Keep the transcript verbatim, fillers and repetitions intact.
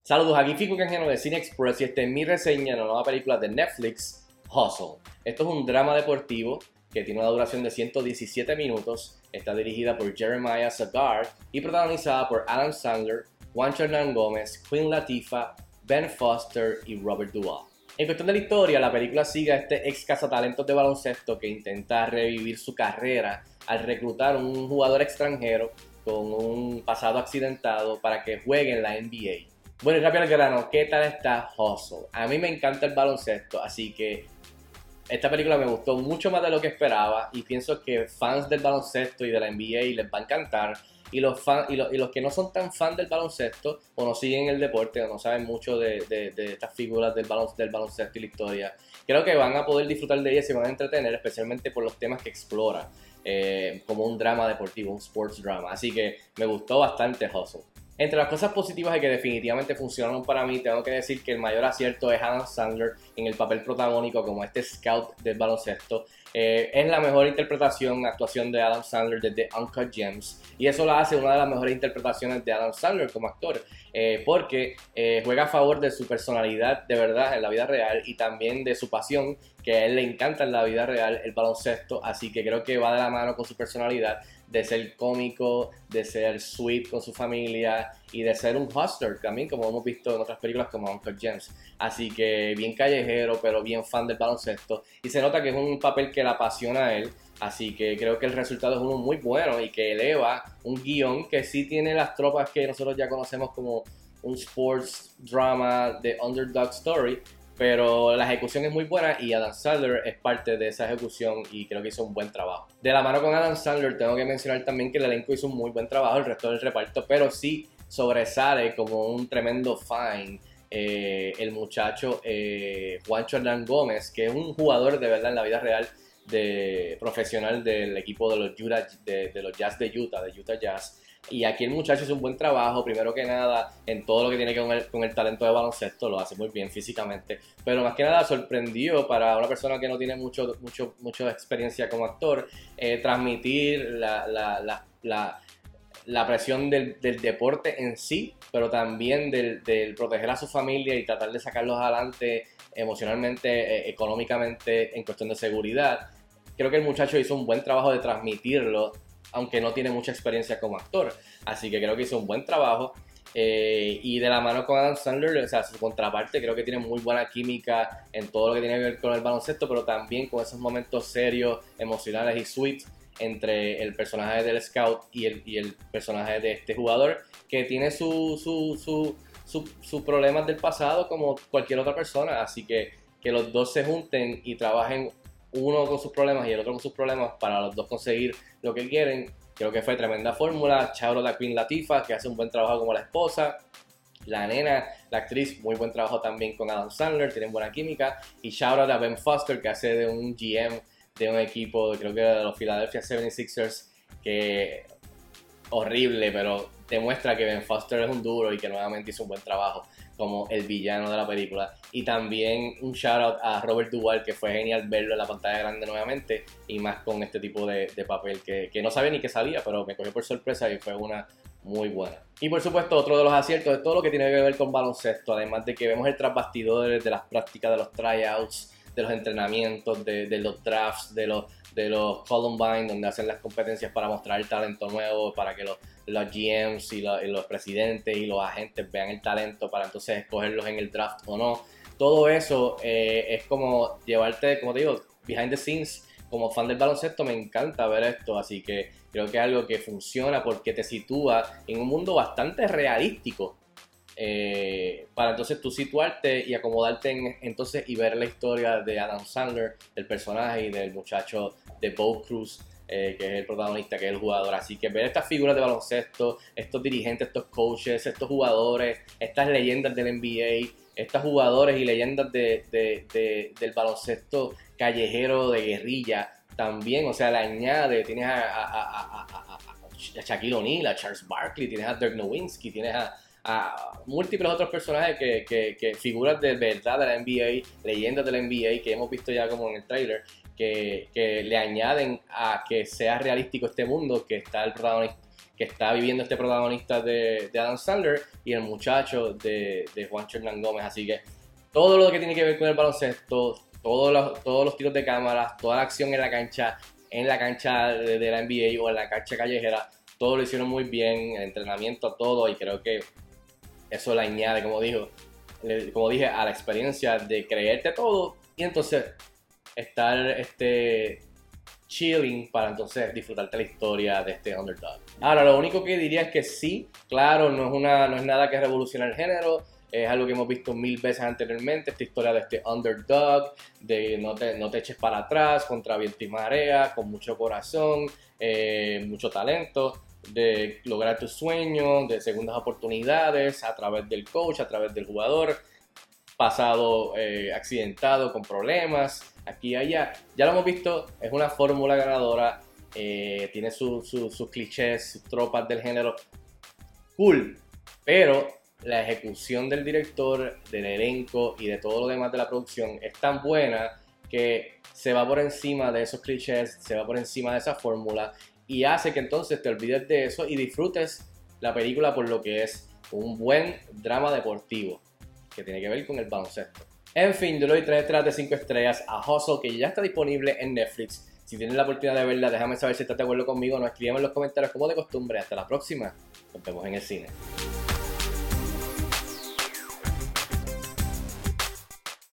Saludos, aquí Fico Canjeno de Cine Express y esta es mi reseña de la nueva película de Netflix, Hustle. Esto es un drama deportivo que tiene una duración de ciento diecisiete minutos, está dirigida por Jeremiah Sagar y protagonizada por Adam Sandler, Juancho Hernán Gómez, Queen Latifah, Ben Foster y Robert Duvall. En cuestión de la historia, la película sigue a este ex cazatalentos de baloncesto que intenta revivir su carrera al reclutar un jugador extranjero con un pasado accidentado para que juegue en la N B A. Bueno, y rápido al grano, ¿qué tal está Hustle? A mí me encanta el baloncesto, así que esta película me gustó mucho más de lo que esperaba y pienso que fans del baloncesto y de la N B A les va a encantar. Y los, fan, y, los, y los que no son tan fan del baloncesto o no siguen el deporte o no saben mucho de, de, de estas figuras del, balon, del baloncesto y la historia, creo que van a poder disfrutar de ellas y se van a entretener, especialmente por los temas que explora, eh, como un drama deportivo, un sports drama. Así que me gustó bastante Hustle. Entre las cosas positivas y que definitivamente funcionaron para mí, tengo que decir que el mayor acierto es Adam Sandler en el papel protagónico como este scout del baloncesto. Eh, es la mejor interpretación, actuación de Adam Sandler desde Uncut Gems, y eso la hace una de las mejores interpretaciones de Adam Sandler como actor, eh, porque eh, juega a favor de su personalidad de verdad en la vida real y también de su pasión, que a él le encanta en la vida real el baloncesto, así que creo que va de la mano con su personalidad de ser cómico, de ser sweet con su familia y de ser un hustler también, como hemos visto en otras películas como Uncut Gems. Así que bien callejero, pero bien fan del baloncesto, y se nota que es un papel que le apasiona a él. Así que creo que el resultado es uno muy bueno y que eleva un guión que sí tiene las tropas que nosotros ya conocemos como un sports drama de underdog story, pero la ejecución es muy buena y Adam Sandler es parte de esa ejecución y creo que hizo un buen trabajo. De la mano con Adam Sandler tengo que mencionar también que el elenco hizo un muy buen trabajo, el resto del reparto, pero sí sobresale como un tremendo fine eh, el muchacho eh, Juancho Hernán Gómez, que es un jugador de verdad en la vida real, de profesional del equipo de los, Utah, de, de los Jazz de Utah, de Utah Jazz. Y aquí el muchacho hace un buen trabajo, primero que nada, en todo lo que tiene que ver con el, con el talento de baloncesto, lo hace muy bien físicamente, pero más que nada sorprendió para una persona que no tiene mucho, mucho, mucha experiencia como actor, eh, transmitir la, la, la, la, la presión del, del deporte en sí, pero también del, del proteger a su familia y tratar de sacarlos adelante emocionalmente, eh, económicamente, en cuestión de seguridad. Creo que el muchacho hizo un buen trabajo de transmitirlo, aunque no tiene mucha experiencia como actor, así que creo que hizo un buen trabajo. Eh, y de la mano con Adam Sandler, o sea, su contraparte, creo que tiene muy buena química en todo lo que tiene que ver con el baloncesto, pero también con esos momentos serios, emocionales y sweet entre el personaje del scout y el, y el personaje de este jugador, que tiene sus su, su, su, su problemas del pasado como cualquier otra persona, así que que los dos se junten y trabajen uno con sus problemas y el otro con sus problemas para los dos conseguir lo que quieren. Creo que fue tremenda fórmula. Shout out a Queen Latifah, que hace un buen trabajo como la esposa. La nena, la actriz, muy buen trabajo también con Adam Sandler, tienen buena química. Y shout out a Ben Foster, que hace de un G M de un equipo, creo que de los Philadelphia setenta y seis ers, que horrible, pero demuestra que Ben Foster es un duro y que nuevamente hizo un buen trabajo como el villano de la película. Y también un shout out a Robert Duvall, que fue genial verlo en la pantalla grande nuevamente y más con este tipo de, de papel que, que no sabía ni que salía, pero me cogió por sorpresa y fue una muy buena. Y por supuesto, otro de los aciertos es todo lo que tiene que ver con baloncesto, además de que vemos el tras bastidores de las prácticas, de los tryouts, de los entrenamientos, de, de los drafts, de los, de los Columbine, donde hacen las competencias para mostrar el talento nuevo, para que los, los G Ms y los, y los presidentes y los agentes vean el talento para entonces escogerlos en el draft o no. Todo eso eh, es como llevarte, como te digo, behind the scenes. Como fan del baloncesto me encanta ver esto, así que creo que es algo que funciona porque te sitúa en un mundo bastante realístico. Eh, para entonces tú situarte y acomodarte en, entonces y ver la historia de Adam Sandler, del personaje y del muchacho de Bo Cruz, eh, que es el protagonista, que es el jugador. Así que ver estas figuras de baloncesto, estos dirigentes, estos coaches, estos jugadores, estas leyendas del N B A, estos jugadores y leyendas de, de, de, del baloncesto callejero de guerrilla también, o sea, le añade, tienes a, a, a, a, a, a Shaquille O'Neal, a Charles Barkley, tienes a Dirk Nowitzki, tienes a a múltiples otros personajes que, que, que figuras de verdad de la N B A, leyendas de la N B A que hemos visto ya como en el trailer, que, que le añaden a que sea realístico este mundo, que está el protagonista, que está viviendo este protagonista de, de Adam Sandler y el muchacho de, de Juancho Hernán Gómez. Así que todo lo que tiene que ver con el baloncesto, todos los, todos los tiros de cámaras, toda la acción en la cancha, en la cancha de, de la N B A o en la cancha callejera, todo lo hicieron muy bien, el entrenamiento, todo, y creo que eso le añade, como dijo, como dije, a la experiencia de creerte todo y entonces estar este, chilling para entonces disfrutarte la historia de este underdog. Ahora, lo único que diría es que sí, claro, no es, una, no es nada que revolucione el género, es algo que hemos visto mil veces anteriormente, esta historia de este underdog, de no te, no te eches para atrás, contra viento y marea, con mucho corazón, eh, mucho talento, de lograr tus sueños, de segundas oportunidades a través del coach, a través del jugador, pasado eh, accidentado, con problemas, aquí y allá. Ya lo hemos visto, es una fórmula ganadora, eh, tiene su, su, sus clichés, sus tropas del género, cool, pero la ejecución del director, del elenco y de todo lo demás de la producción es tan buena que se va por encima de esos clichés, se va por encima de esa fórmula y hace que entonces te olvides de eso y disfrutes la película por lo que es un buen drama deportivo que tiene que ver con el baloncesto. En fin, yo le doy tres estrellas de cinco estrellas a Hustle, que ya está disponible en Netflix. Si tienes la oportunidad de verla, déjame saber si estás de acuerdo conmigo, no escríbeme en los comentarios como de costumbre. Hasta la próxima, nos vemos en el cine.